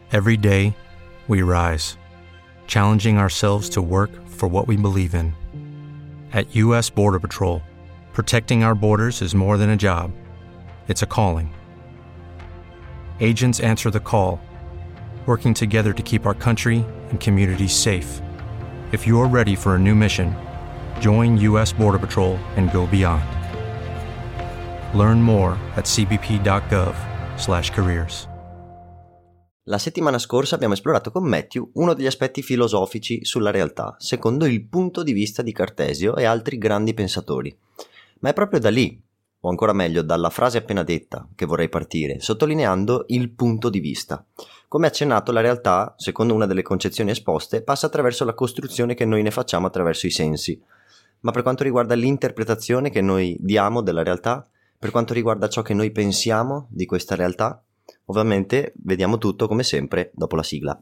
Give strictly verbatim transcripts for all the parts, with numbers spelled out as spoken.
Every day, we rise, challenging ourselves to work for what we believe in. At U S Border Patrol, protecting our borders is more than a job. It's a calling. Agents answer the call, working together to keep our country and communities safe. If you're ready for a new mission, join U S Border Patrol and go beyond. Learn more at c b p dot gov slash careers. La settimana scorsa abbiamo esplorato con Matthew uno degli aspetti filosofici sulla realtà, secondo il punto di vista di Cartesio e altri grandi pensatori. Ma è proprio da lì, o ancora meglio dalla frase appena detta, che vorrei partire, sottolineando il punto di vista. Come accennato, la realtà, secondo una delle concezioni esposte, passa attraverso la costruzione che noi ne facciamo attraverso i sensi. Ma per quanto riguarda l'interpretazione che noi diamo della realtà, per quanto riguarda ciò che noi pensiamo di questa realtà, ovviamente vediamo tutto come sempre dopo la sigla.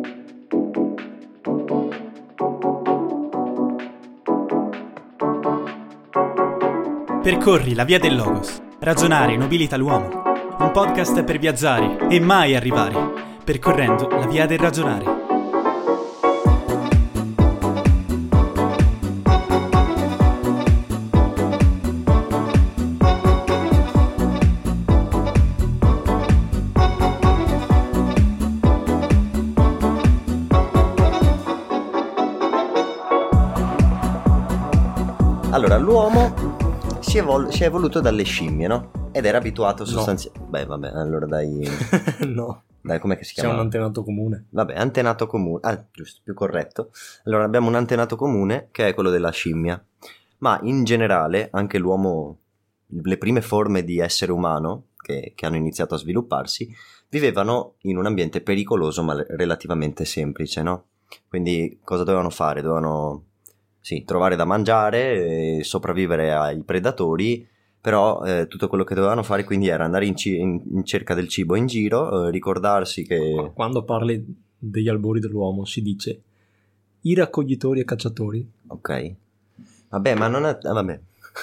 Percorri la via del Logos. Ragionare nobilita l'uomo. Un podcast per viaggiare e mai arrivare, percorrendo la via del ragionare. Allora, l'uomo si è, evol- si è evoluto dalle scimmie, no? Ed era abituato sostanzialmente... No. Beh, vabbè, allora dai... No. Dai, com'è che si chiama? C'è un antenato comune. Vabbè, antenato comune. Ah, giusto, più corretto. Allora, abbiamo un antenato comune che è quello della scimmia. Ma in generale, anche l'uomo, le prime forme di essere umano che, che hanno iniziato a svilupparsi, vivevano in un ambiente pericoloso ma relativamente semplice, no? Quindi cosa dovevano fare? Dovevano... Sì, trovare da mangiare, eh, sopravvivere ai predatori, però eh, tutto quello che dovevano fare quindi era andare in, ci- in, in cerca del cibo in giro, eh, ricordarsi che... Quando parli degli albori dell'uomo si dice i raccoglitori e cacciatori. Ok. Vabbè, ma non è... ah, vabbè.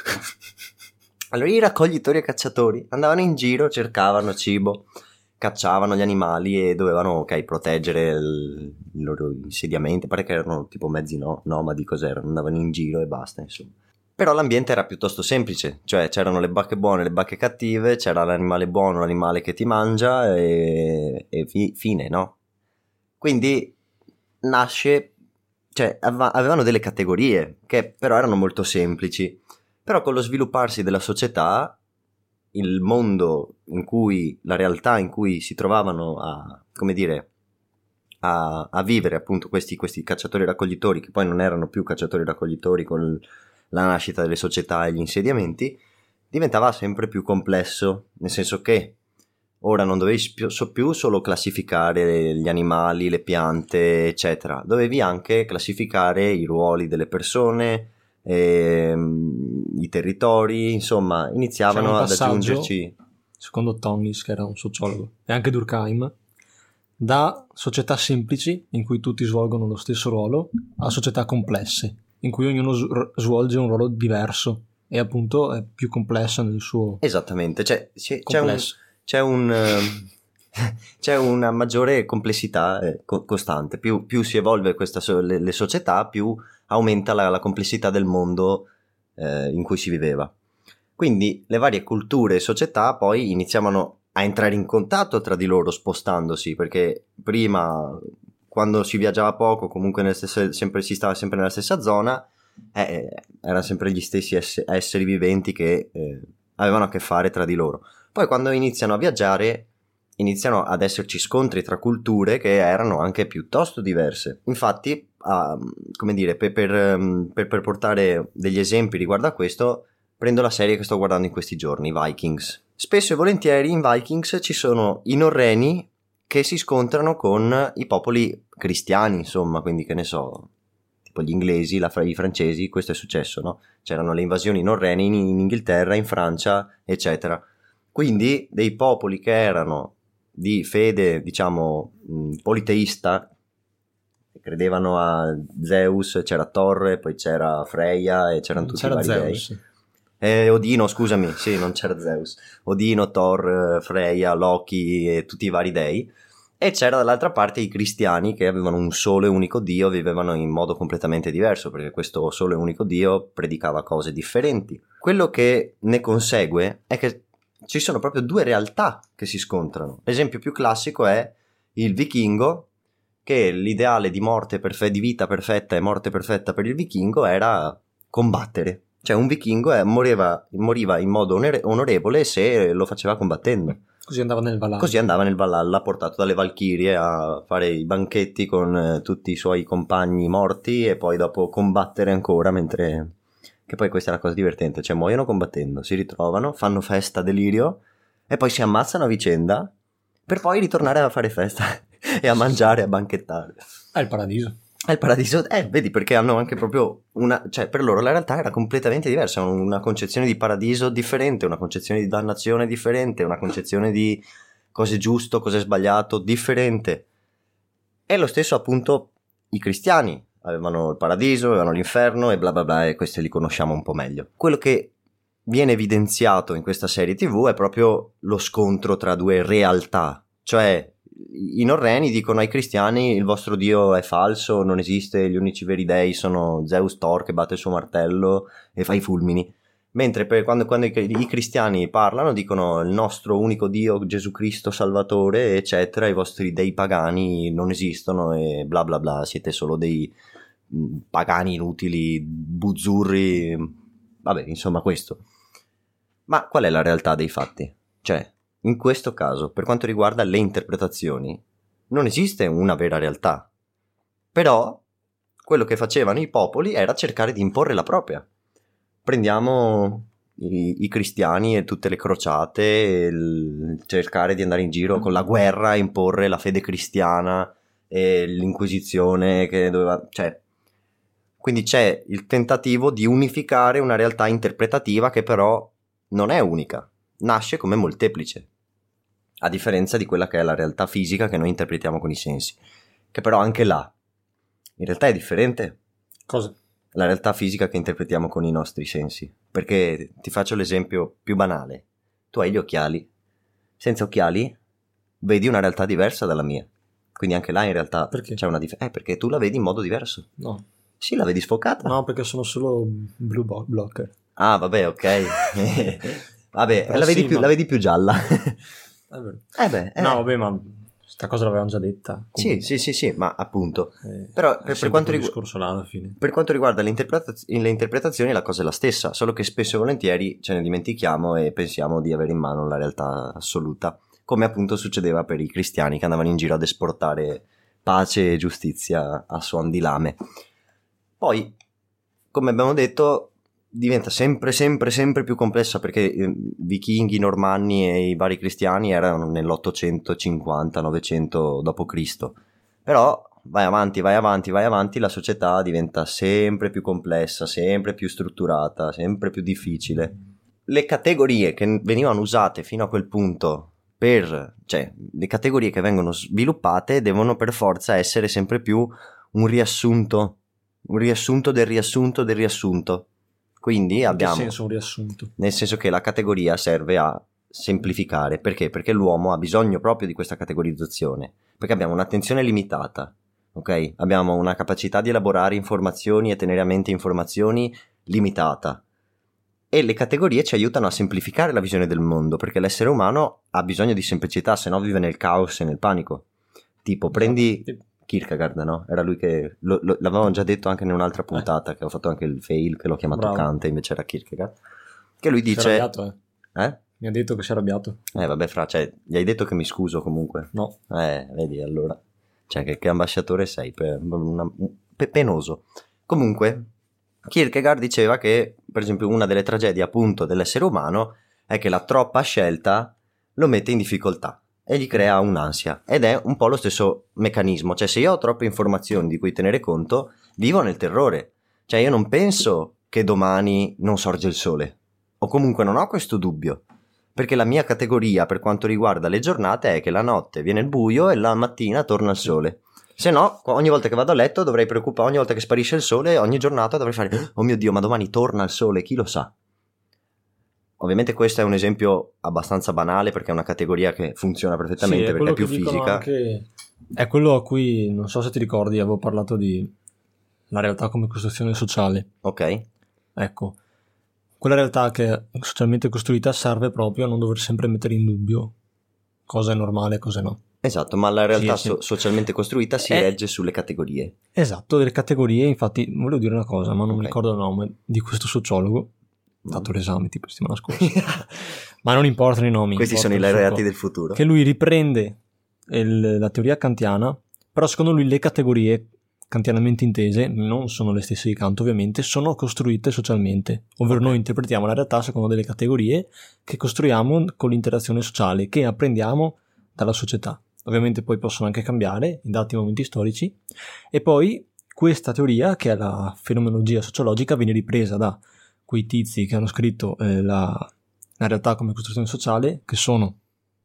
Allora i raccoglitori e cacciatori andavano in giro, cercavano cibo, cacciavano gli animali e dovevano, ok, proteggere il, il loro insediamento, pare che erano tipo mezzi no, nomadi, cos'erano, andavano in giro e basta, insomma. Però l'ambiente era piuttosto semplice, cioè c'erano le bacche buone e le bacche cattive, c'era l'animale buono, l'animale che ti mangia e, e fi, fine, no? Quindi nasce, cioè avevano delle categorie che però erano molto semplici, però con lo svilupparsi della società il mondo in cui, la realtà in cui si trovavano a, come dire, a, a vivere appunto questi, questi cacciatori e raccoglitori, che poi non erano più cacciatori e raccoglitori con la nascita delle società e gli insediamenti, diventava sempre più complesso, nel senso che ora non dovevi più, più solo classificare gli animali, le piante, eccetera, dovevi anche classificare i ruoli delle persone, ehm, i territori, insomma iniziavano ad aggiungerci, secondo Tonnis, che era un sociologo, e anche Durkheim, da società semplici in cui tutti svolgono lo stesso ruolo a società complesse in cui ognuno svolge un ruolo diverso e appunto è più complessa nel suo... Esattamente, cioè c'è, c'è un, c'è, un, c'è una maggiore complessità eh, co- costante, più, più si evolve questa so- le, le società, più aumenta la, la complessità del mondo eh, in cui si viveva. Quindi le varie culture e società poi iniziavano a entrare in contatto tra di loro spostandosi, perché prima, quando si viaggiava poco, comunque nel stesso, sempre, si stava sempre nella stessa zona, eh, erano sempre gli stessi ess- esseri viventi che eh, avevano a che fare tra di loro. Poi quando iniziano a viaggiare iniziano ad esserci scontri tra culture che erano anche piuttosto diverse. Infatti, ah, come dire, per, per, per, per portare degli esempi riguardo a questo, prendo la serie che sto guardando in questi giorni, Vikings. Spesso e volentieri in Vikings ci sono i norreni che si scontrano con i popoli cristiani, insomma, quindi che ne so, tipo gli inglesi, la, i francesi, questo è successo, no? C'erano le invasioni norreni in, in Inghilterra, in Francia, eccetera. Quindi dei popoli che erano di fede, diciamo, mh, politeista, credevano a Zeus, c'era Thor, poi c'era Freya e c'erano tutti c'era i vari Zeus. dei. Eh, Odino, scusami, sì, non c'era Zeus. Odino, Thor, Freya, Loki e tutti i vari dei. E c'era dall'altra parte i cristiani che avevano un solo e unico Dio, vivevano in modo completamente diverso, perché questo solo e unico Dio predicava cose differenti. Quello che ne consegue è che ci sono proprio due realtà che si scontrano. L'esempio più classico è il vichingo, che l'ideale di morte perfe- di vita perfetta e morte perfetta per il vichingo era combattere. Cioè un vichingo è, moriva, moriva in modo onore- onorevole se lo faceva combattendo. Così andava nel Valhalla. Così andava nel Valhalla, portato dalle Valchirie a fare i banchetti con eh, tutti i suoi compagni morti e poi dopo combattere ancora mentre... Che poi questa è la cosa divertente, cioè muoiono combattendo, si ritrovano, fanno festa, delirio e poi si ammazzano a vicenda per poi ritornare a fare festa e a mangiare, a banchettare. È il paradiso. È il paradiso, eh, vedi, perché hanno anche proprio una... Cioè, per loro la realtà era completamente diversa, una concezione di paradiso differente, una concezione di dannazione differente, una concezione di cos'è giusto, cos'è sbagliato differente. E lo stesso appunto i cristiani avevano il paradiso, avevano l'inferno e bla bla bla, e questi li conosciamo un po' meglio. Quello che viene evidenziato in questa serie tivù è proprio lo scontro tra due realtà, cioè i norreni dicono ai cristiani il vostro dio è falso, non esiste, gli unici veri dei sono Zeus Thor che batte il suo martello e fa i fulmini, mentre per quando, quando i, i cristiani parlano dicono il nostro unico dio Gesù Cristo Salvatore eccetera, i vostri dei pagani non esistono e bla bla bla, siete solo dei mh, pagani inutili, buzzurri, vabbè, insomma questo. Ma qual è la realtà dei fatti? Cioè, in questo caso, per quanto riguarda le interpretazioni, non esiste una vera realtà. Però, quello che facevano i popoli era cercare di imporre la propria. Prendiamo i, i cristiani e tutte le crociate, il, cercare di andare in giro con la guerra a imporre la fede cristiana e l'inquisizione che doveva... Cioè, quindi c'è il tentativo di unificare una realtà interpretativa che però non è unica, nasce come molteplice. A differenza di quella che è la realtà fisica che noi interpretiamo con i sensi, che però anche là in realtà è differente. Cosa? La realtà fisica che interpretiamo con i nostri sensi, perché ti faccio l'esempio più banale: tu hai gli occhiali, senza occhiali vedi una realtà diversa dalla mia, quindi anche là in realtà perché? C'è una differenza. Eh, perché tu la vedi in modo diverso. No. Sì, la vedi sfocata. No, perché sono solo blue bo- blocker. Ah, vabbè, ok. Vabbè, Però la vedi, sì, più, ma... la vedi più gialla. È vero. Eh beh, eh. No, vabbè, ma sta cosa l'avevamo già detta. Sì, sì, sì, sì, ma appunto. Eh, Però per, per, quanto rigu- discorso là alla fine. per quanto riguarda le, interpretaz- le interpretazioni la cosa è la stessa, solo che spesso e volentieri ce ne dimentichiamo e pensiamo di avere in mano la realtà assoluta, come appunto succedeva per i cristiani che andavano in giro ad esportare pace e giustizia a suon di lame. Poi, come abbiamo detto, diventa sempre, sempre, sempre più complessa perché i vichinghi, i normanni e i vari cristiani erano nell'ottocentocinquanta novecento dopo Cristo. Però vai avanti, vai avanti, vai avanti, la società diventa sempre più complessa, sempre più strutturata, sempre più difficile. Le categorie che venivano usate fino a quel punto per, cioè, le categorie che vengono sviluppate devono per forza essere sempre più un riassunto, un riassunto del riassunto del riassunto. Quindi abbiamo... In che senso un riassunto? Nel senso che la categoria serve a semplificare. Perché? Perché l'uomo ha bisogno proprio di questa categorizzazione. Perché abbiamo un'attenzione limitata, ok? Abbiamo una capacità di elaborare informazioni e tenere a mente informazioni limitata. E le categorie ci aiutano a semplificare la visione del mondo, perché l'essere umano ha bisogno di semplicità, se no vive nel caos e nel panico. Tipo, prendi... Kierkegaard, no? Era lui che lo, lo, l'avevamo già detto anche in un'altra puntata, eh. che ho fatto anche il fail, che l'ho chiamato Bravo. Kant, invece era Kierkegaard. Che lui dice... Si è arrabbiato, eh? Eh? Mi ha detto che si è arrabbiato. Eh, vabbè, fra, cioè, gli hai detto che mi scuso comunque. No. Eh, vedi, allora. Cioè, che, che ambasciatore sei? Pe, una, pe, penoso. Comunque, Kierkegaard diceva che, per esempio, una delle tragedie appunto dell'essere umano è che la troppa scelta lo mette in difficoltà e gli crea un'ansia, ed è un po' lo stesso meccanismo. Cioè, se io ho troppe informazioni di cui tenere conto, vivo nel terrore. Cioè, io non penso che domani non sorge il sole, o comunque non ho questo dubbio, perché la mia categoria per quanto riguarda le giornate è che la notte viene il buio e la mattina torna il sole. Se no, ogni volta che vado a letto dovrei preoccupare, ogni volta che sparisce il sole, ogni giornata dovrei fare oh mio Dio, ma domani torna il sole, chi lo sa. Ovviamente questo è un esempio abbastanza banale perché è una categoria che funziona perfettamente, sì, è perché è più che dicono fisica. Anche È quello a cui, non so se ti ricordi, avevo parlato di la realtà come costruzione sociale. Ok. Ecco, quella realtà che è socialmente costruita serve proprio a non dover sempre mettere in dubbio cosa è normale e cosa no. Esatto, ma la realtà Sì, sì. so- socialmente costruita si È- regge sulle categorie. Esatto, delle categorie. Infatti volevo dire una cosa, ma non Ok. mi ricordo il nome di questo sociologo. Ho fatto l'esame tipo settimana scorsa. Ma non importano i nomi. Questi importa sono i il suo laureati co- del futuro. Che lui riprende il- la teoria kantiana, però secondo lui le categorie kantianamente intese non sono le stesse di Kant, ovviamente, sono costruite socialmente, ovvero noi interpretiamo la realtà secondo delle categorie che costruiamo con l'interazione sociale, che apprendiamo dalla società. Ovviamente poi possono anche cambiare in dati momenti storici, e poi questa teoria, che è la fenomenologia sociologica, viene ripresa da quei tizi che hanno scritto eh, la, la realtà come costruzione sociale, che sono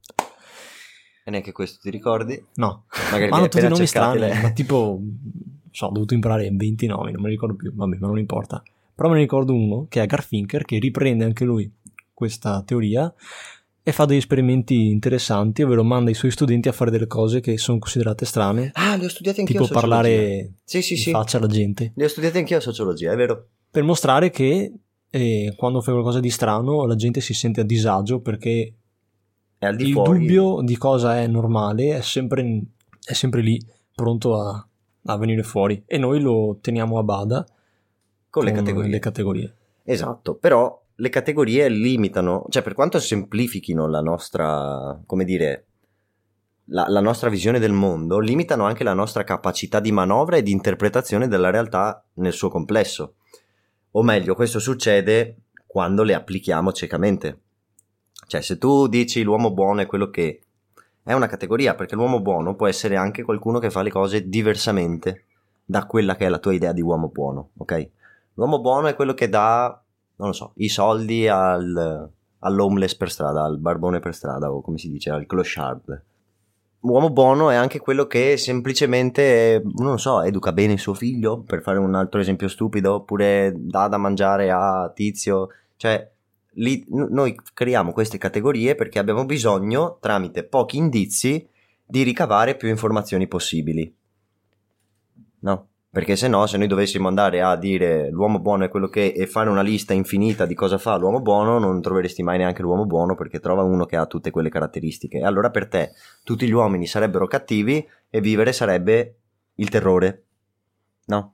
E neanche questo ti ricordi? no, Magari ma li hai hanno tutti appena nomi cercati, strani, le- ma tipo, so, ho dovuto imparare venti nomi, non me ne ricordo più, vabbè, ma non importa. Però me ne ricordo uno, che è Garfinkel, che riprende anche lui questa teoria e fa degli esperimenti interessanti, ovvero manda i suoi studenti a fare delle cose che sono considerate strane, Ah, li ho studiati anch'io tipo a sociologia. parlare Sì, sì, in sì. faccia alla gente, Li ho studiati anch'io a sociologia, è vero. per mostrare che eh, quando fai qualcosa di strano la gente si sente a disagio, perché E al di il fuori... dubbio di cosa è normale è sempre, è sempre lì, pronto a, a venire fuori, e noi lo teniamo a bada con le categorie. le categorie. Esatto, però le categorie limitano, cioè per quanto semplifichino la nostra, come dire, la, la nostra visione del mondo, limitano anche la nostra capacità di manovra e di interpretazione della realtà nel suo complesso. O meglio, questo succede quando le applichiamo ciecamente. Cioè, se tu dici l'uomo buono è quello che è una categoria, perché l'uomo buono può essere anche qualcuno che fa le cose diversamente da quella che è la tua idea di uomo buono, ok? L'uomo buono è quello che dà, non lo so, i soldi al, all'homeless per strada, al barbone per strada, o come si dice, al clochard. L'uomo buono è anche quello che semplicemente, non lo so, educa bene il suo figlio, per fare un altro esempio stupido, oppure dà da mangiare a tizio. Cioè, lì n- noi creiamo queste categorie perché abbiamo bisogno, tramite pochi indizi, di ricavare più informazioni possibili. No? Perché se no, se noi dovessimo andare a dire l'uomo buono è quello che, e fare una lista infinita di cosa fa l'uomo buono, non troveresti mai neanche l'uomo buono, perché trova uno che ha tutte quelle caratteristiche. E allora per te tutti gli uomini sarebbero cattivi e vivere sarebbe il terrore. No?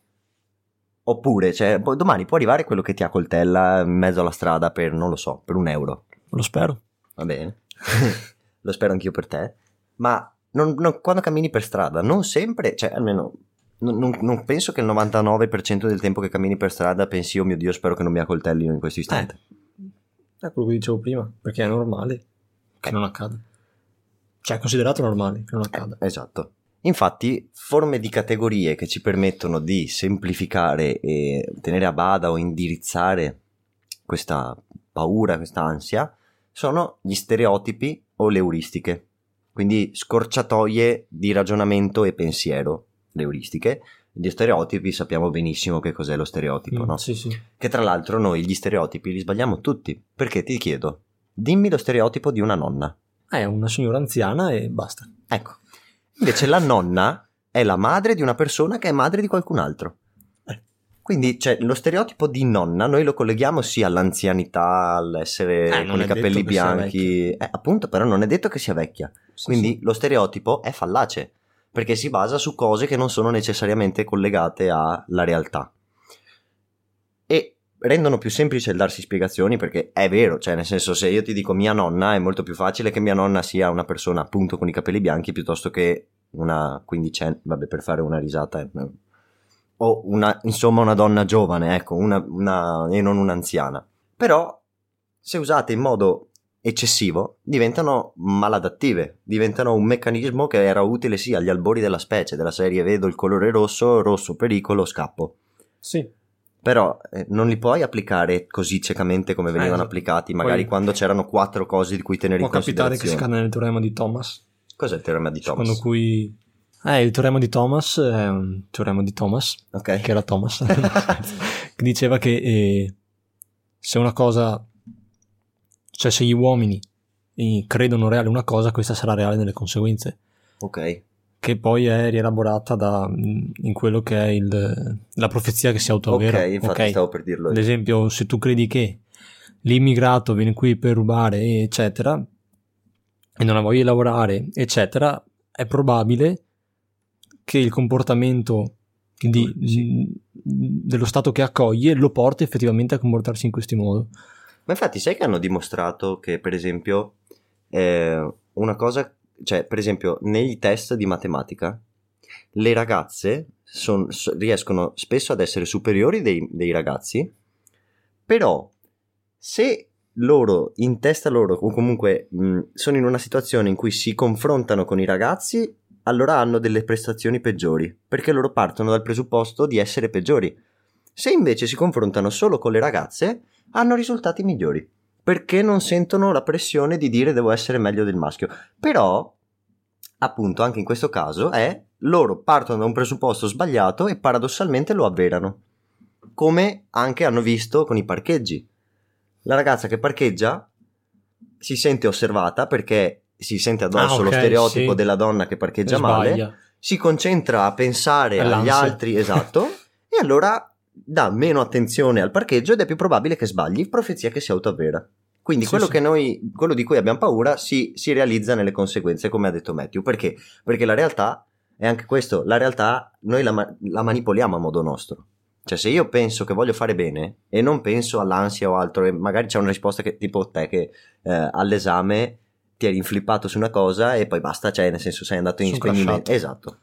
Oppure, cioè, poi domani può arrivare quello che ti accoltella in mezzo alla strada per, non lo so, per un euro. Lo spero. Va bene. Lo spero anch'io per te. Ma non- non- quando cammini per strada, non sempre, cioè almeno non, non- non penso che il novantanove per cento del tempo che cammini per strada pensi, oh mio Dio, spero che non mi accoltellino in questo istante. È quello che dicevo prima, perché è normale che non accada. Cioè è considerato normale che non accada. Eh, esatto. Infatti, forme di categorie che ci permettono di semplificare e tenere a bada o indirizzare questa paura, questa ansia, sono gli stereotipi o le euristiche. Quindi scorciatoie di ragionamento e pensiero, le euristiche. Gli stereotipi sappiamo benissimo che cos'è lo stereotipo, Mm, no? Sì, sì. Che tra l'altro noi gli stereotipi li sbagliamo tutti. Perché ti chiedo, dimmi lo stereotipo di una nonna. È una signora anziana e basta. Ecco. Invece la nonna è la madre di una persona che è madre di qualcun altro. Quindi, cioè, lo stereotipo di nonna noi lo colleghiamo sì all'anzianità, all'essere Eh, non con i è capelli detto che sia bianchi. Eh, appunto, però non è detto che sia vecchia. Sì, Quindi sì. lo stereotipo è fallace, perché si basa su cose che non sono necessariamente collegate alla realtà. E rendono più semplice il darsi spiegazioni, perché è vero, cioè nel senso, se io ti dico mia nonna è molto più facile che mia nonna sia una persona appunto con i capelli bianchi piuttosto che una quindicenne, vabbè, per fare una risata, eh, o una, insomma una donna giovane, ecco, una, una, e non un'anziana. Però se usate in modo eccessivo diventano maladattive, diventano un meccanismo che era utile sì agli albori della specie, della serie vedo il colore rosso, rosso pericolo, scappo. Sì. Però eh, non li puoi applicare così ciecamente come venivano esatto. applicati, magari Poi quando c'erano quattro cose di cui tenere può in capitare che si considerazione. cada nel teorema di Thomas. Cos'è il teorema di Thomas? Secondo cui eh, il teorema di Thomas è un teorema di Thomas, Ok. che era Thomas, che diceva che eh, se una cosa, cioè se gli uomini eh, credono reale una cosa, questa sarà reale nelle conseguenze. Ok. che poi è rielaborata da, in quello che è il, la profezia che si autoavvera. Ok, infatti okay. stavo per dirlo. Ad esempio, se tu credi che l'immigrato viene qui per rubare, eccetera, e non ha voglia di lavorare, eccetera, è probabile che il comportamento di, sì. dello Stato che accoglie lo porti effettivamente a comportarsi in questo modo. Ma infatti sai che hanno dimostrato che, per esempio, eh, una cosa, cioè per esempio negli test di matematica le ragazze son, so, riescono spesso ad essere superiori dei, dei ragazzi, però se loro, in testa loro, o comunque mh, sono in una situazione in cui si confrontano con i ragazzi, allora hanno delle prestazioni peggiori, perché loro partono dal presupposto di essere peggiori. Se invece si confrontano solo con le ragazze, hanno risultati migliori, perché non sentono la pressione di dire devo essere meglio del maschio. Però, appunto, anche in questo caso è loro partono da un presupposto sbagliato e paradossalmente lo avverano, come anche hanno visto con i parcheggi. La ragazza che parcheggia si sente osservata perché si sente addosso ah, okay, lo stereotipo sì. della donna che parcheggia male, si concentra a pensare All'ansia. agli altri, esatto, e allora dà meno attenzione al parcheggio ed è più probabile che sbagli, profezia che si autoavvera. Quindi sì, quello sì. che noi, quello di cui abbiamo paura si, si realizza nelle conseguenze, come ha detto Matthew. Perché? Perché la realtà è anche questo, la realtà noi la, la manipoliamo a modo nostro. Cioè se io penso che voglio fare bene e non penso all'ansia o altro, e magari c'è una risposta che tipo te che eh, all'esame ti eri inflippato su una cosa e poi basta, cioè nel senso sei andato in Sono spegnimento. Crashato. Esatto.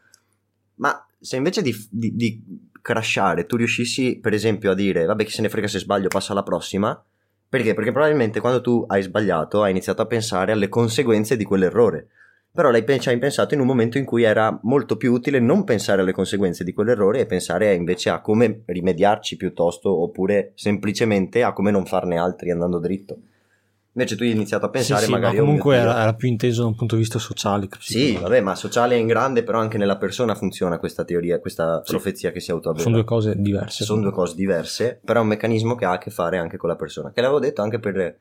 Ma se invece di, di, di crashare tu riuscissi per esempio a dire vabbè chi se ne frega se sbaglio, passo alla prossima, perché? Perché probabilmente quando tu hai sbagliato hai iniziato a pensare alle conseguenze di quell'errore, però l'hai ci hai pensato in un momento in cui era molto più utile non pensare alle conseguenze di quell'errore e pensare invece a come rimediarci piuttosto, oppure semplicemente a come non farne altri andando dritto. Invece tu hai iniziato a pensare sì, sì, magari... ma comunque era, era più inteso da un punto di vista sociale. Sì, vabbè, ma sociale è in grande, però anche nella persona funziona questa teoria, questa sì. profezia che si autoavvera. Sono due cose diverse. Sono due cose diverse, però è un meccanismo che ha a che fare anche con la persona. Che l'avevo detto anche per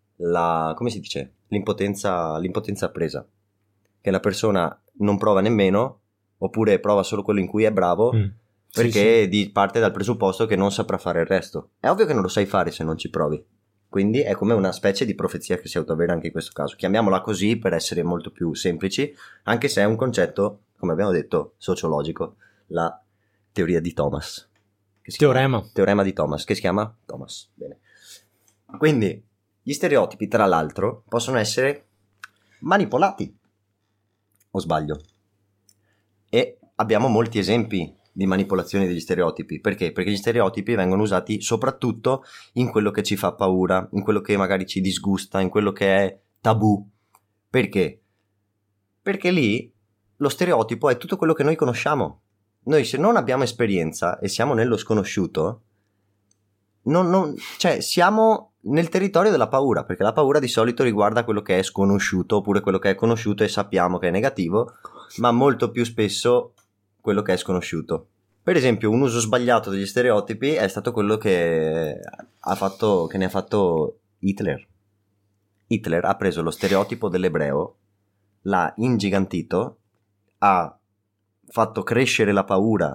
la... come si dice? L'impotenza, l'impotenza appresa. Che la persona non prova nemmeno, oppure prova solo quello in cui è bravo, mm. perché sì, sì. Di, parte dal presupposto che non saprà fare il resto. È ovvio che non lo sai fare se non ci provi. Quindi è come una specie di profezia che si autoavvera anche in questo caso. Chiamiamola così per essere molto più semplici, anche se è un concetto, come abbiamo detto, sociologico, la teoria di Thomas. Che si teorema. Chiama, teorema di Thomas, che si chiama Thomas. Bene. Quindi gli stereotipi, tra l'altro, possono essere manipolati. O sbaglio? E abbiamo molti esempi di manipolazione degli stereotipi. Perché? Perché gli stereotipi vengono usati soprattutto in quello che ci fa paura, in quello che magari ci disgusta, in quello che è tabù. Perché? Perché lì lo stereotipo è tutto quello che noi conosciamo. Noi se non abbiamo esperienza e siamo nello sconosciuto, non, non, cioè siamo nel territorio della paura, perché la paura di solito riguarda quello che è sconosciuto, oppure quello che è conosciuto e sappiamo che è negativo, ma molto più spesso quello che è sconosciuto. Per esempio, un uso sbagliato degli stereotipi è stato quello che ha fatto, che ne ha fatto Hitler. Hitler ha preso lo stereotipo dell'ebreo, l'ha ingigantito, ha fatto crescere la paura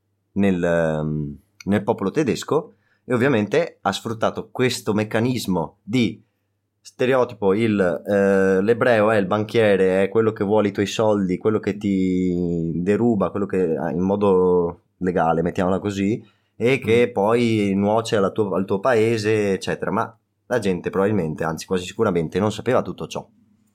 nel, nel popolo tedesco e ovviamente ha sfruttato questo meccanismo di stereotipo, il, eh, l'ebreo è il banchiere, è quello che vuole i tuoi soldi, quello che ti deruba, quello che in modo legale, mettiamola così, e che mm. poi nuoce alla tuo, al tuo paese, eccetera. Ma la gente probabilmente, anzi quasi sicuramente, non sapeva tutto ciò.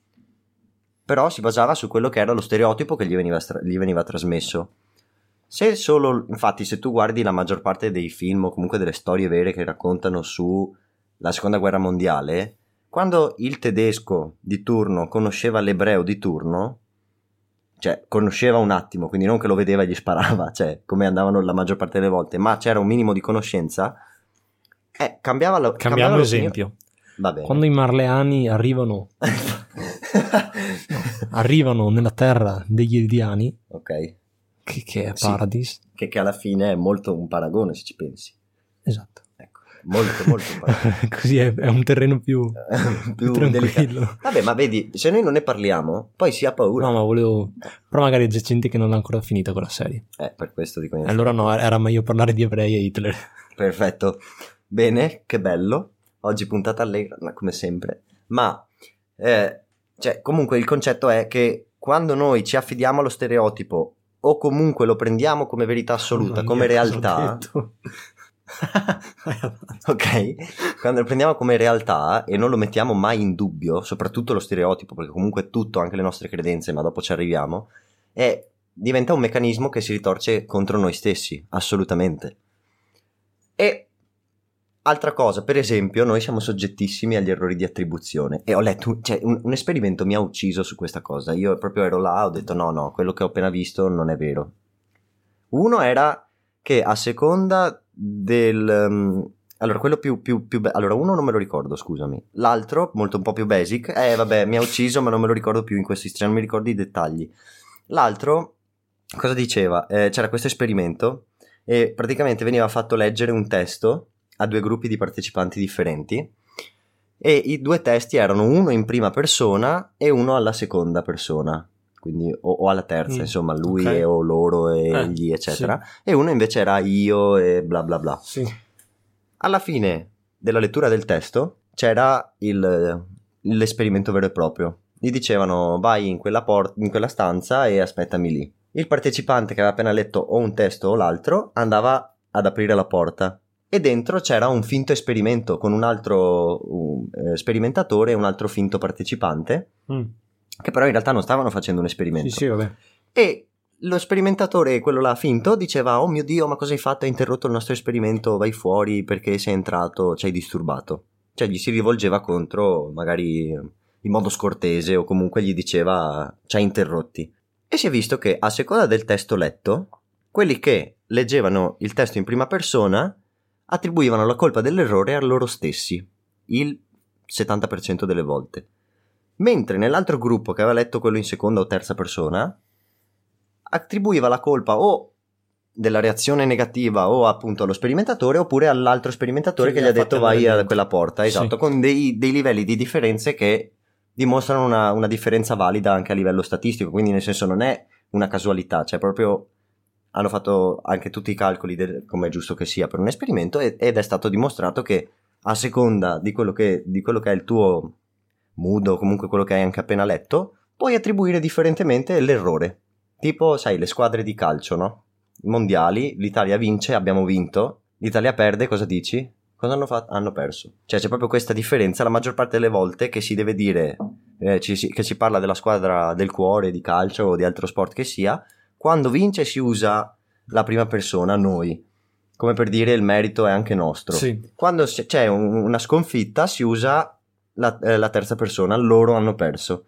Però si basava su quello che era lo stereotipo che gli veniva, stra- gli veniva trasmesso. Se solo, infatti, se tu guardi la maggior parte dei film o comunque delle storie vere che raccontano su la seconda guerra mondiale, quando il tedesco di turno conosceva l'ebreo di turno, cioè conosceva un attimo, quindi non che lo vedeva e gli sparava, cioè come andavano la maggior parte delle volte, ma c'era un minimo di conoscenza, eh, cambiava la, cambiamo cambiava esempio. Va bene. Quando i marleani arrivano arrivano nella terra degli Eldiani, ok, che, che è Paradis, sì, che, che alla fine è molto un paragone se ci pensi. Esatto. Ecco. molto molto così è, è un terreno più, più, più tranquillo. Delicato. Vabbè, ma vedi, se noi non ne parliamo poi si ha paura. No, ma volevo, però magari c'è gente che non ha ancora finito quella serie, eh per questo dico allora no, era meglio parlare di ebrei e Hitler. Perfetto, bene, che bello, oggi puntata allegra come sempre, ma eh, cioè comunque il concetto è che quando noi ci affidiamo allo stereotipo o comunque lo prendiamo come verità assoluta, oh, come mia, realtà ok, quando lo prendiamo come realtà e non lo mettiamo mai in dubbio, soprattutto lo stereotipo, perché comunque è tutto, anche le nostre credenze, ma dopo ci arriviamo, è, diventa un meccanismo che si ritorce contro noi stessi, assolutamente. E altra cosa, per esempio, noi siamo soggettissimi agli errori di attribuzione, e ho letto, cioè un, un esperimento mi ha ucciso su questa cosa. Io proprio ero là, ho detto no no, quello che ho appena visto non è vero. Uno era che a seconda del um, allora quello più più più be- allora uno non me lo ricordo, scusami, l'altro molto un po' più basic, eh vabbè mi ha ucciso ma non me lo ricordo più in questi, cioè non mi ricordo i dettagli. L'altro cosa diceva? Eh, c'era questo esperimento e praticamente veniva fatto leggere un testo a due gruppi di partecipanti differenti e i due testi erano uno in prima persona e uno alla seconda persona, quindi o, o alla terza, mm, insomma lui okay. e, o loro e eh, gli eccetera, sì. E uno invece era io e bla bla bla. Sì. Alla fine della lettura del testo c'era il, l'esperimento vero e proprio. Gli dicevano vai in quella, port- in quella stanza e aspettami lì. Il partecipante che aveva appena letto o un testo o l'altro andava ad aprire la porta e dentro c'era un finto esperimento con un altro un, eh, sperimentatore e un altro finto partecipante, mm. che però in realtà non stavano facendo un esperimento. Sì, sì, vabbè. E lo sperimentatore, quello là finto, diceva oh mio Dio, ma cosa hai fatto? Hai interrotto il nostro esperimento, vai fuori perché sei entrato, ci hai disturbato. Cioè gli si rivolgeva contro, magari in modo scortese, o comunque gli diceva ci hai interrotti. E si è visto che a seconda del testo letto, quelli che leggevano il testo in prima persona attribuivano la colpa dell'errore a loro stessi, il settanta per cento delle volte. Mentre nell'altro gruppo che aveva letto quello in seconda o terza persona, attribuiva la colpa o della reazione negativa o appunto allo sperimentatore oppure all'altro sperimentatore sì, che gli ha detto vai a quella porta, esatto, sì. Con dei, dei livelli di differenze che dimostrano una, una differenza valida anche a livello statistico, quindi nel senso non è una casualità, cioè proprio hanno fatto anche tutti i calcoli del, come è giusto che sia per un esperimento ed è stato dimostrato che a seconda di quello che, di quello che è il tuo mood o comunque quello che hai anche appena letto puoi attribuire differentemente l'errore. Tipo sai le squadre di calcio, no? Mondiali, l'Italia vince, abbiamo vinto, l'Italia perde, cosa dici? Cosa hanno fatto? Hanno perso. Cioè c'è proprio questa differenza la maggior parte delle volte che si deve dire eh, ci, che si parla della squadra del cuore, di calcio o di altro sport che sia. Quando vince si usa la prima persona, noi, come per dire il merito è anche nostro. Sì. Quando c'è un, una sconfitta si usa la, eh, la terza persona, loro hanno perso.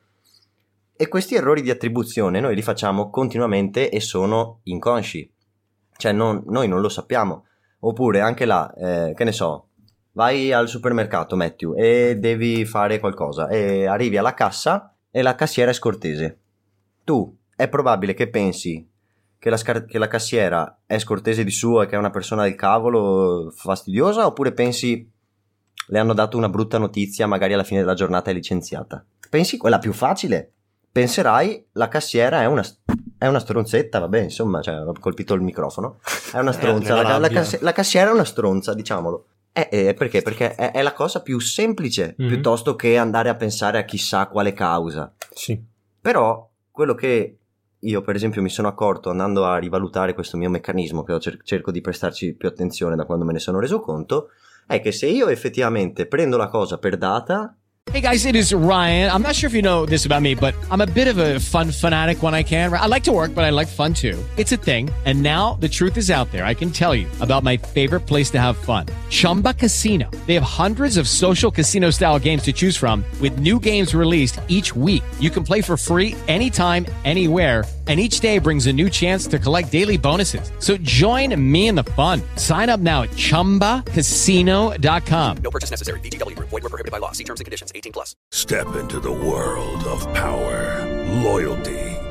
E questi errori di attribuzione noi li facciamo continuamente e sono inconsci. Cioè non, noi non lo sappiamo. Oppure anche là, eh, che ne so, vai al supermercato, Matthew, e devi fare qualcosa e arrivi alla cassa e la cassiera è scortese. Tu è probabile che pensi che la, scar- che la cassiera è scortese di suo e che è una persona del cavolo fastidiosa, oppure pensi le hanno dato una brutta notizia, magari alla fine della giornata è licenziata? Pensi quella più facile? Penserai la cassiera è una, è una stronzetta, vabbè, insomma, cioè, ho colpito il microfono, è una stronza, la, la, cassi- la cassiera è una stronza, diciamolo. Eh, eh, perché? Perché è, è la cosa più semplice, mm-hmm. piuttosto che andare a pensare a chissà quale causa. Sì. Però quello che io per esempio mi sono accorto andando a rivalutare questo mio meccanismo, che cer- cerco di prestarci più attenzione da quando me ne sono reso conto, è che se io effettivamente prendo la cosa per data. Hey guys, it is Ryan. I'm not sure if you know this about me, but I'm a bit of a fun fanatic when I can. I like to work, but I like fun too. It's a thing. And now the truth is out there. I can tell you about my favorite place to have fun. Chumba Casino. They have hundreds of social casino style games to choose from with new games released each week. You can play for free anytime, anywhere. And each day brings a new chance to collect daily bonuses. So join me in the fun. Sign up now at chumba casino dot com. No purchase necessary. V G W. Void where prohibited by law. See terms and conditions. eighteen plus. Step into the world of power, loyalty,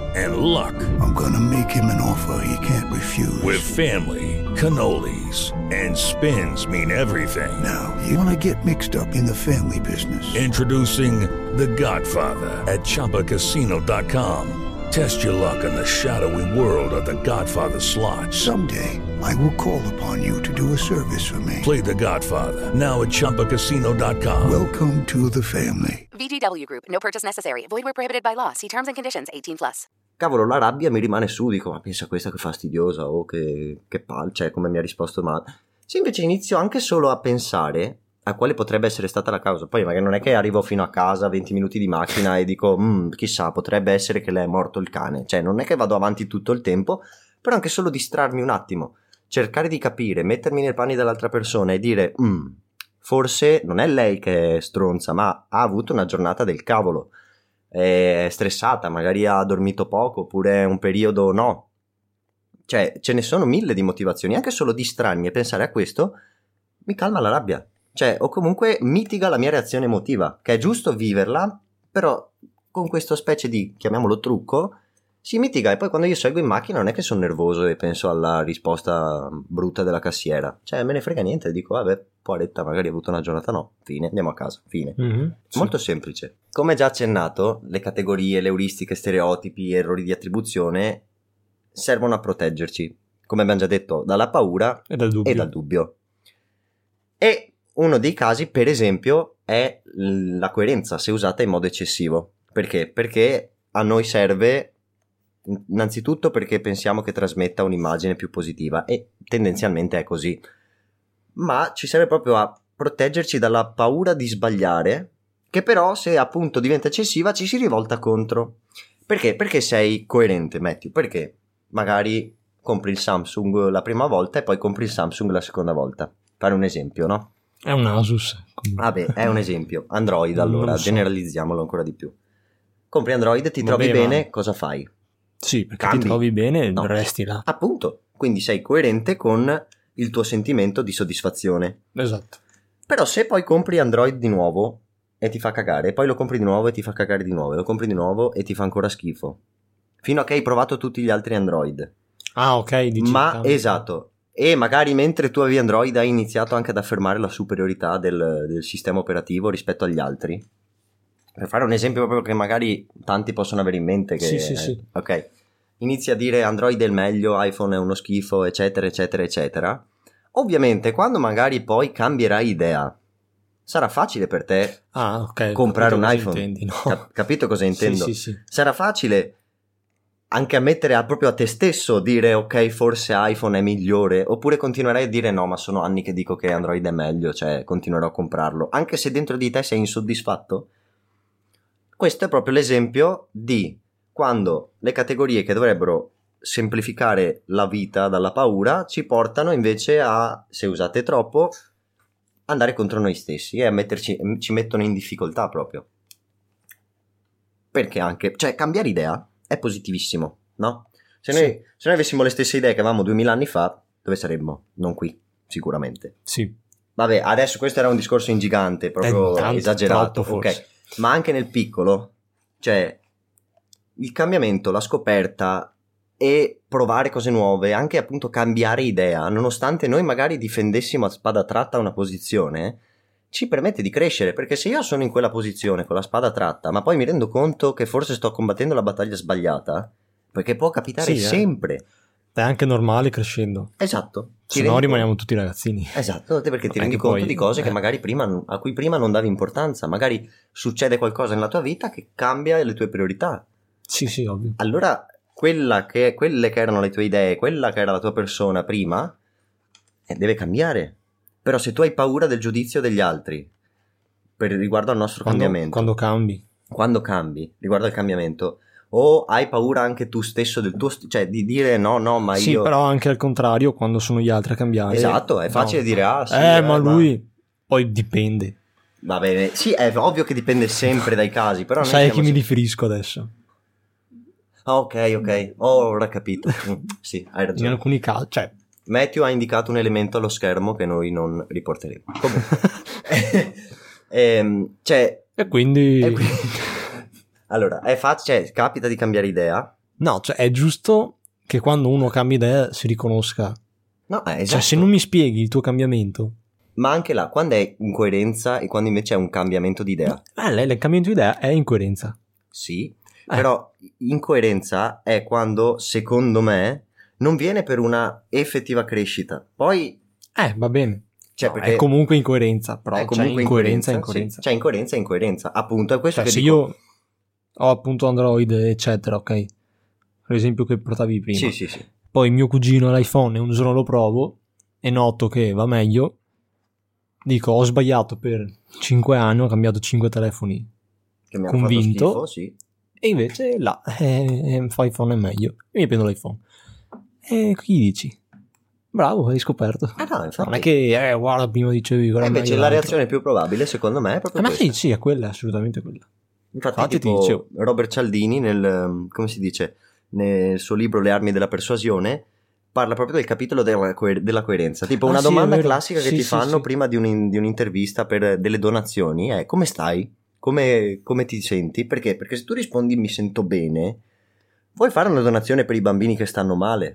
and luck. I'm gonna make him an offer he can't refuse. With family, cannolis, and spins mean everything. Now, you wanna get mixed up in the family business. Introducing The Godfather at Chumba Casino dot com. Test your luck in the shadowy world of The Godfather slot. Someday, I will call upon you to do a service for me. Play The Godfather, now at Chumba Casino dot com. Welcome to the family. V G W Group. No purchase necessary. Void where prohibited by law. See terms and conditions. eighteen plus. Cavolo, la rabbia mi rimane su, dico, ma pensa questa che fastidiosa, o oh, che, che pal, cioè come mi ha risposto male. Se invece inizio anche solo a pensare a quale potrebbe essere stata la causa, poi magari non è che arrivo fino a casa venti minuti di macchina e dico chissà, potrebbe essere che le è morto il cane, cioè non è che vado avanti tutto il tempo, però anche solo distrarmi un attimo, cercare di capire, mettermi nei panni dell'altra persona e dire forse non è lei che è stronza, ma ha avuto una giornata del cavolo, è stressata, magari ha dormito poco, oppure un periodo no, cioè ce ne sono mille di motivazioni, anche solo distrarmi e pensare a questo mi calma la rabbia. Cioè, o comunque mitiga la mia reazione emotiva, che è giusto viverla, però con questo specie di, chiamiamolo trucco, si mitiga. E poi quando io salgo in macchina non è che sono nervoso e penso alla risposta brutta della cassiera. Cioè, me ne frega niente, dico, vabbè, poveretta, magari ha avuto una giornata, no, fine, andiamo a casa, fine. Mm-hmm, sì. Molto semplice. Come già accennato, le categorie, le euristiche, stereotipi, errori di attribuzione servono a proteggerci, come abbiamo già detto, dalla paura e dal dubbio. E dal dubbio. E uno dei casi, per esempio, è la coerenza, se usata in modo eccessivo. Perché? Perché a noi serve, innanzitutto perché pensiamo che trasmetta un'immagine più positiva, e tendenzialmente è così. Ma ci serve proprio a proteggerci dalla paura di sbagliare, che però, se appunto diventa eccessiva, ci si rivolta contro. Perché? Perché sei coerente, Matthew? Perché magari compri il Samsung la prima volta e poi compri il Samsung la seconda volta. Fare un esempio, no? È un Asus. Vabbè, è un esempio. Android, allora, so. Generalizziamolo ancora di più. Compri Android, ti Vabbè, trovi bene, ma... cosa fai? Sì, perché Cambi. Ti trovi bene e no. resti là. Appunto, quindi sei coerente con il tuo sentimento di soddisfazione. Esatto. Però se poi compri Android di nuovo e ti fa cagare, poi lo compri di nuovo e ti fa cagare di nuovo, e lo compri di nuovo e ti fa ancora schifo, fino a che hai provato tutti gli altri Android. Ah, ok, dici. Ma, esatto. E magari mentre tu avevi Android hai iniziato anche ad affermare la superiorità del, del sistema operativo rispetto agli altri. Per fare un esempio proprio che magari tanti possono avere in mente che, sì, sì, sì. Ok, inizi a dire Android è il meglio, iPhone è uno schifo, eccetera, eccetera, eccetera. Ovviamente quando magari poi cambierai idea, sarà facile per te ah, okay, comprare un iPhone. Intendi, no? Cap- capito cosa intendo? Sì, sì, sì. Sarà facile anche ammettere a, proprio a te stesso, dire ok, forse iPhone è migliore, oppure continuerai a dire no, ma sono anni che dico che Android è meglio, cioè continuerò a comprarlo, anche se dentro di te sei insoddisfatto. Questo è proprio l'esempio di quando le categorie che dovrebbero semplificare la vita dalla paura ci portano invece a, se usate troppo, andare contro noi stessi e a metterci, ci mettono in difficoltà proprio. Perché anche, cioè cambiare idea è positivissimo, no? Se noi, sì. se noi avessimo le stesse idee che avevamo duemila anni fa, dove saremmo? Non qui, sicuramente. Sì. Vabbè, adesso questo era un discorso in gigante, proprio tanto, esagerato, troppo, ok. Ma anche nel piccolo, cioè il cambiamento, la scoperta e provare cose nuove, anche appunto cambiare idea, nonostante noi magari difendessimo a spada tratta una posizione, ci permette di crescere, perché se io sono in quella posizione con la spada tratta, ma poi mi rendo conto che forse sto combattendo la battaglia sbagliata, perché può capitare sì, sempre. Eh. È anche normale crescendo. Esatto. Se no rimaniamo tutti ragazzini. Esatto, perché ti non rendi conto poi, di cose eh. che magari prima, a cui prima non davi importanza. Magari succede qualcosa nella tua vita che cambia le tue priorità. Sì, sì, ovvio. Allora, quella che, quelle che erano le tue idee, quella che era la tua persona prima, eh, deve cambiare. Però se tu hai paura del giudizio degli altri per riguardo al nostro quando, cambiamento, quando cambi quando cambi riguardo al cambiamento, o hai paura anche tu stesso del tuo st- cioè di dire no no ma sì, io sì, però anche al contrario, quando sono gli altri a cambiare, esatto, è facile no. dire ah sì, eh, eh ma lui ma... poi dipende, va bene, sì, è ovvio che dipende sempre dai casi, però sai a chi sempre... mi riferisco adesso. Ah, ok ok, ho ora capito. Mm, sì, hai ragione. In alcuni casi, cioè Matthew ha indicato un elemento allo schermo che noi non riporteremo. Comunque, ehm, cioè, e quindi... e quindi... allora, è facile, cioè, capita di cambiare idea, No, cioè è giusto che quando uno cambia idea si riconosca. No, eh, esatto. Cioè se non mi spieghi il tuo cambiamento. Ma anche là, quando è incoerenza e quando invece è un cambiamento di idea? Eh, lei, il cambiamento di idea è incoerenza. Sì, eh. però incoerenza è quando, secondo me, non viene per una effettiva crescita. Poi... Eh, va bene. Cioè, no, perché è comunque incoerenza, però è comunque c'è incoerenza, incoerenza, incoerenza. Sì. C'è incoerenza e incoerenza. Appunto, è questo cioè, che se dico. io ho appunto Android, eccetera, ok? Per esempio che portavi prima. Sì, sì, sì. Poi mio cugino ha l'iPhone e un giorno lo provo e noto che va meglio. Dico, ho sbagliato per cinque anni, ho cambiato cinque telefoni Che mi hanno convinto, fatto schifo, sì. E invece là, eh, eh, fa iPhone è meglio. E mi prendo l'iPhone. E chi dici? Bravo, hai scoperto. Ah no, infatti. Non è che, eh, guarda, prima dicevi... E invece la reazione più probabile, secondo me, è proprio eh, ma questa. sì, sì, è quella, assolutamente quella. Infatti, Infatti tipo, ti dicevo. Robert Cialdini, nel, come si dice, nel suo libro Le armi della persuasione, parla proprio del capitolo della, coer- della coerenza. Tipo, Ah, una sì, domanda è vero. classica che Sì, ti sì, fanno sì. prima di, un, di un'intervista per delle donazioni è: come stai? Come, come ti senti? Perché? Perché se tu rispondi mi sento bene, vuoi fare una donazione per i bambini che stanno male?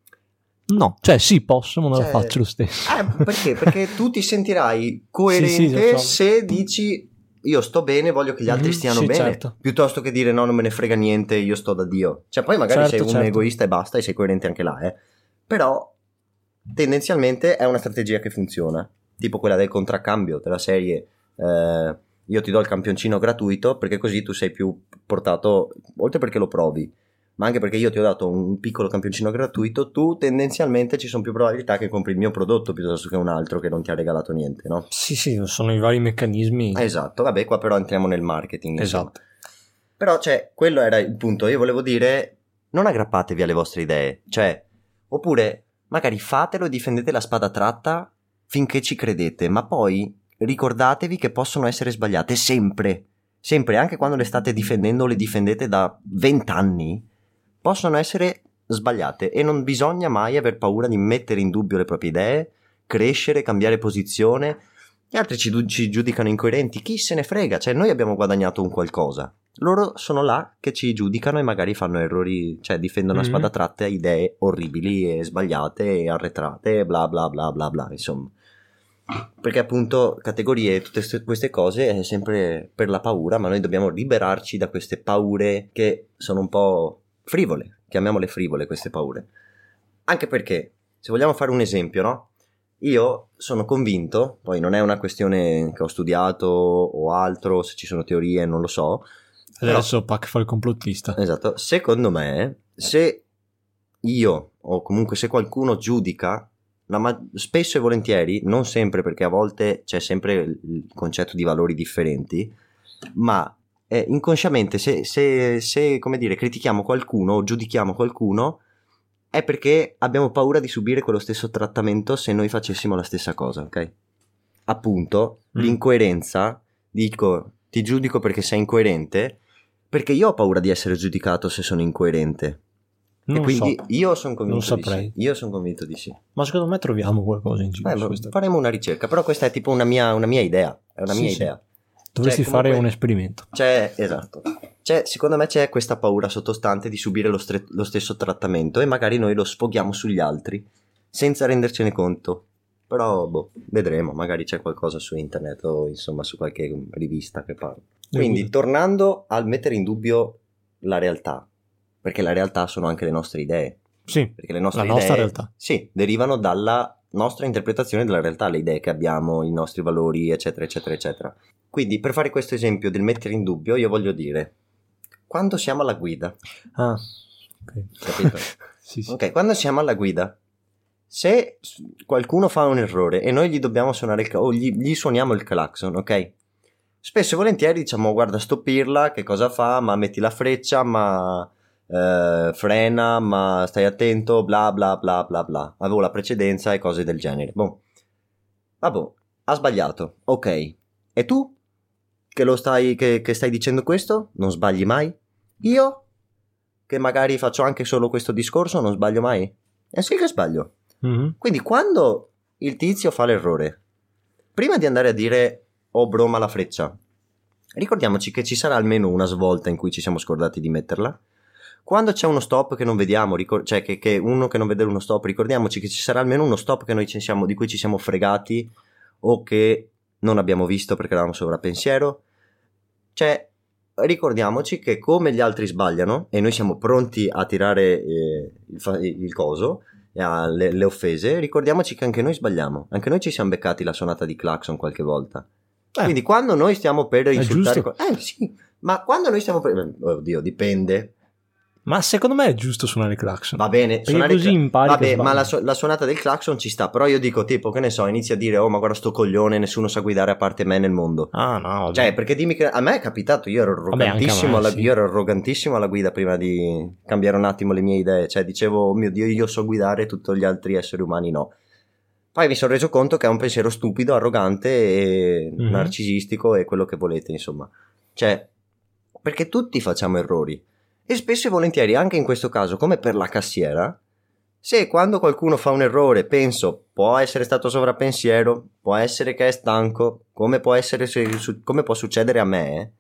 No, cioè sì, posso, ma non Cioè, la faccio lo stesso. Eh, perché? Perché tu ti sentirai coerente Sì, sì, lo so. se dici io sto bene, voglio che gli altri Mhm, stiano sì, bene, certo. piuttosto che dire no, non me ne frega niente, io sto da Dio. Cioè poi magari Certo, sei un certo. egoista e basta e sei coerente anche là, eh. Però tendenzialmente è una strategia che funziona, tipo quella del contraccambio, della serie eh, io ti do il campioncino gratuito perché così tu sei più portato, oltre perché lo provi, ma anche perché io ti ho dato un piccolo campioncino gratuito, tu tendenzialmente ci sono più probabilità che compri il mio prodotto piuttosto che un altro che non ti ha regalato niente, no? Sì, sì, sono i vari meccanismi. Esatto, vabbè, qua però entriamo nel marketing. insomma. Esatto. Però, cioè, quello era il punto. Io volevo dire, non aggrappatevi alle vostre idee, cioè, oppure magari fatelo e difendete la spada tratta finché ci credete, ma poi ricordatevi che possono essere sbagliate sempre, sempre, anche quando le state difendendo o le difendete da vent'anni, possono essere sbagliate e non bisogna mai aver paura di mettere in dubbio le proprie idee, crescere, cambiare posizione. Gli altri ci, ci giudicano incoerenti, chi se ne frega, cioè noi abbiamo guadagnato un qualcosa, loro sono là che ci giudicano e magari fanno errori, cioè difendono Mm-hmm. a spada tratta idee orribili e sbagliate e arretrate e bla bla bla bla bla, insomma. Perché appunto categorie, tutte st- queste cose è sempre per la paura, ma noi dobbiamo liberarci da queste paure che sono un po' frivole, chiamiamole frivole queste paure. Anche perché, se vogliamo fare un esempio, no? Io sono convinto, poi non è una questione che ho studiato o altro, se ci sono teorie non lo so. Adesso Pac fa il complottista. Esatto, secondo me, se io o comunque se qualcuno giudica, la ma- spesso e volentieri, non sempre perché a volte c'è sempre il concetto di valori differenti, ma eh, inconsciamente se, se, se, come dire, critichiamo qualcuno o giudichiamo qualcuno è perché abbiamo paura di subire quello stesso trattamento se noi facessimo la stessa cosa, ok? Appunto, Mm. l'incoerenza, dico, ti giudico perché sei incoerente, perché io ho paura di essere giudicato se sono incoerente. Non e quindi so. io sono convinto Non di saprei. sì. Io sono convinto di sì. Ma secondo me troviamo qualcosa in giro Eh, su ma questa- faremo una ricerca, però questa è tipo una mia, una mia idea, è una Sì, mia sì. idea. Dovresti Cioè, fare comunque- un esperimento. C'è, esatto. C'è, secondo me c'è questa paura sottostante di subire lo, stre- lo stesso trattamento e magari noi lo sfoghiamo sugli altri senza rendercene conto. Però, boh, vedremo, magari c'è qualcosa su internet o insomma su qualche rivista che parla. Quindi, Devo- tornando al mettere in dubbio la realtà, perché la realtà sono anche le nostre idee. Sì, Perché le nostre la idee, nostra realtà. sì, derivano dalla nostra interpretazione della realtà, le idee che abbiamo, i nostri valori, eccetera, eccetera, eccetera. Quindi, per fare questo esempio del mettere in dubbio, io voglio dire, quando siamo alla guida, Ah, ok. capito? Sì, sì. Ok, quando siamo alla guida, se qualcuno fa un errore e noi gli dobbiamo suonare il, o gli, gli suoniamo il clacson, ok? Spesso e volentieri diciamo, guarda sto pirla, che cosa fa? Ma metti la freccia, ma eh, frena, ma stai attento, bla bla bla bla bla. Avevo la precedenza e cose del genere. Boh. Vabbè, ha sbagliato, ok. E tu? Che lo stai, che, che stai dicendo questo? Non sbagli mai? Io? Che magari faccio anche solo questo discorso, non sbaglio mai? Eh sì che sbaglio. Mhm. Quindi quando il tizio fa l'errore, prima di andare a dire oh broma la freccia, ricordiamoci che ci sarà almeno una svolta in cui ci siamo scordati di metterla. quando c'è uno stop che non vediamo, ricor- cioè che, che uno che non vede uno stop, ricordiamoci che ci sarà almeno uno stop che noi ci siamo, di cui ci siamo fregati o che non abbiamo visto perché eravamo sovrappensiero. Cioè, ricordiamoci che come gli altri sbagliano e noi siamo pronti a tirare eh, il, fa- il coso, le, le offese, ricordiamoci che anche noi sbagliamo, anche noi ci siamo beccati la suonata di clacson qualche volta. Eh, quindi quando noi stiamo per insultare, eh sì, ma quando noi stiamo per, oddio, dipende. Ma secondo me è giusto suonare il clacson. Va bene, perché suonare così il... impari. Vabbè, ma la, su- la suonata del clacson ci sta, però io dico tipo, che ne so, inizia a dire "Oh, ma guarda sto coglione, nessuno sa guidare a parte me nel mondo". Ah, no. Vabbè. Cioè, perché dimmi che a me è capitato, io ero arrogantissimo, vabbè, alla... sì. io ero arrogantissimo alla guida prima di cambiare un attimo le mie idee, cioè dicevo "Oh mio Dio, io so guidare, tutti gli altri esseri umani no". Poi mi sono reso conto che è un pensiero stupido, arrogante e mm-hmm. narcisistico e quello che volete, insomma. Cioè, perché tutti facciamo errori. E spesso e volentieri, anche in questo caso, come per la cassiera, se quando qualcuno fa un errore penso può essere stato sovrappensiero, può essere che è stanco, come può essere come può succedere a me,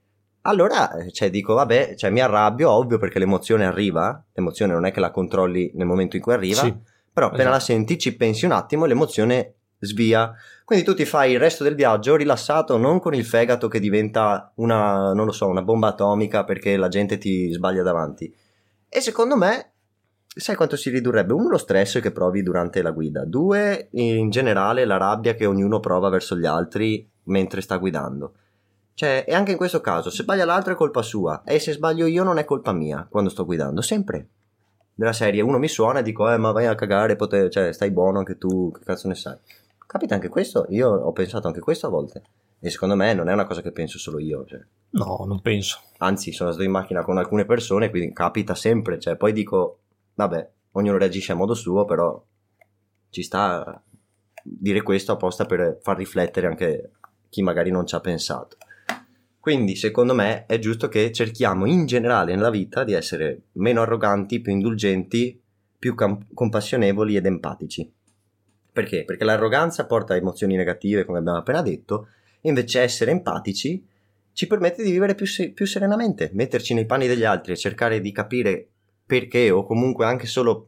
allora cioè dico vabbè, cioè mi arrabbio, ovvio, perché l'emozione arriva, l'emozione non è che la controlli nel momento in cui arriva, sì, però appena esatto. la senti, ci pensi un attimo, l'emozione svia. Quindi tu ti fai il resto del viaggio rilassato, non con il fegato che diventa una, non lo so, una bomba atomica perché la gente ti sbaglia davanti. E secondo me, sai quanto si ridurrebbe? Uno, lo stress che provi durante la guida. Due, in generale, la rabbia che ognuno prova verso gli altri mentre sta guidando. Cioè, e anche in questo caso, se sbaglia l'altro è colpa sua, e se sbaglio io non è colpa mia quando sto guidando, sempre. Della serie, uno mi suona e dico, eh, ma vai a cagare, pote- cioè, stai buono anche tu, che cazzo ne sai? Capita anche questo, io ho pensato anche questo a volte, e secondo me non è una cosa che penso solo io, cioè. No, non penso. Anzi, sono stato in macchina con alcune persone, quindi capita sempre, cioè, poi dico, vabbè, ognuno reagisce a modo suo, però ci sta dire questo apposta per far riflettere anche chi magari non ci ha pensato. Quindi secondo me è giusto che cerchiamo in generale nella vita di essere meno arroganti, più indulgenti, più cam- compassionevoli ed empatici. Perché? Perché l'arroganza porta a emozioni negative, come abbiamo appena detto, e invece essere empatici ci permette di vivere più, se- più serenamente, metterci nei panni degli altri e cercare di capire perché, o comunque anche solo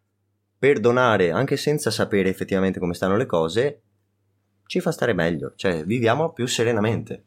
perdonare, anche senza sapere effettivamente come stanno le cose, ci fa stare meglio, cioè viviamo più serenamente.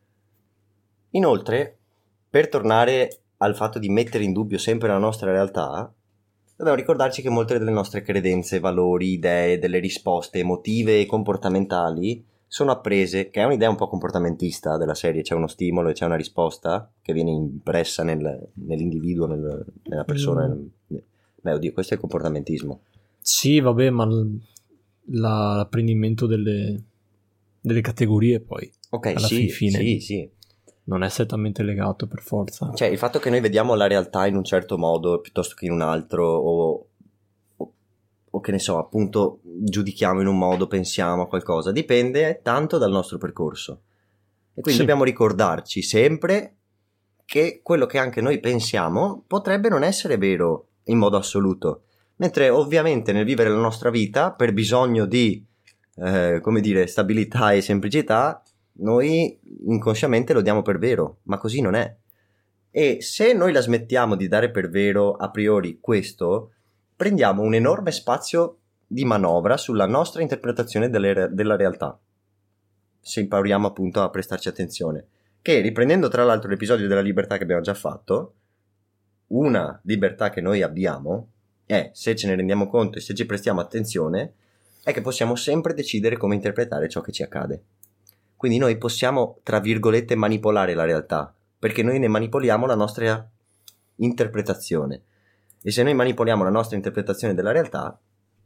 Inoltre, per tornare al fatto di mettere in dubbio sempre la nostra realtà, dobbiamo ricordarci che molte delle nostre credenze, valori, idee, delle risposte emotive e comportamentali sono apprese, che è un'idea un po' comportamentista della serie, c'è uno stimolo e c'è una risposta che viene impressa nel, nell'individuo, nel, nella persona. Mm. Beh, oddio, questo è il comportamentismo. Sì, vabbè, ma l- la, l'apprendimento delle, delle categorie poi, ok, alla sì, fine, sì, sì. non è strettamente legato per forza. Cioè, il fatto che noi vediamo la realtà in un certo modo piuttosto che in un altro, o, o, o che ne so, appunto, giudichiamo in un modo, pensiamo a qualcosa, dipende tanto dal nostro percorso. E quindi sì. dobbiamo ricordarci sempre che quello che anche noi pensiamo potrebbe non essere vero in modo assoluto. Mentre ovviamente nel vivere la nostra vita, per bisogno di, eh, come dire, stabilità e semplicità, noi inconsciamente lo diamo per vero, ma così non è. E se noi la smettiamo di dare per vero a priori questo, prendiamo un enorme spazio di manovra sulla nostra interpretazione delle, della realtà, se impariamo appunto a prestarci attenzione. Che, riprendendo tra l'altro l'episodio della libertà che abbiamo già fatto, una libertà che noi abbiamo è, se ce ne rendiamo conto e se ci prestiamo attenzione, è che possiamo sempre decidere come interpretare ciò che ci accade. Quindi noi possiamo, tra virgolette, manipolare la realtà, perché noi ne manipoliamo la nostra interpretazione. E se noi manipoliamo la nostra interpretazione della realtà,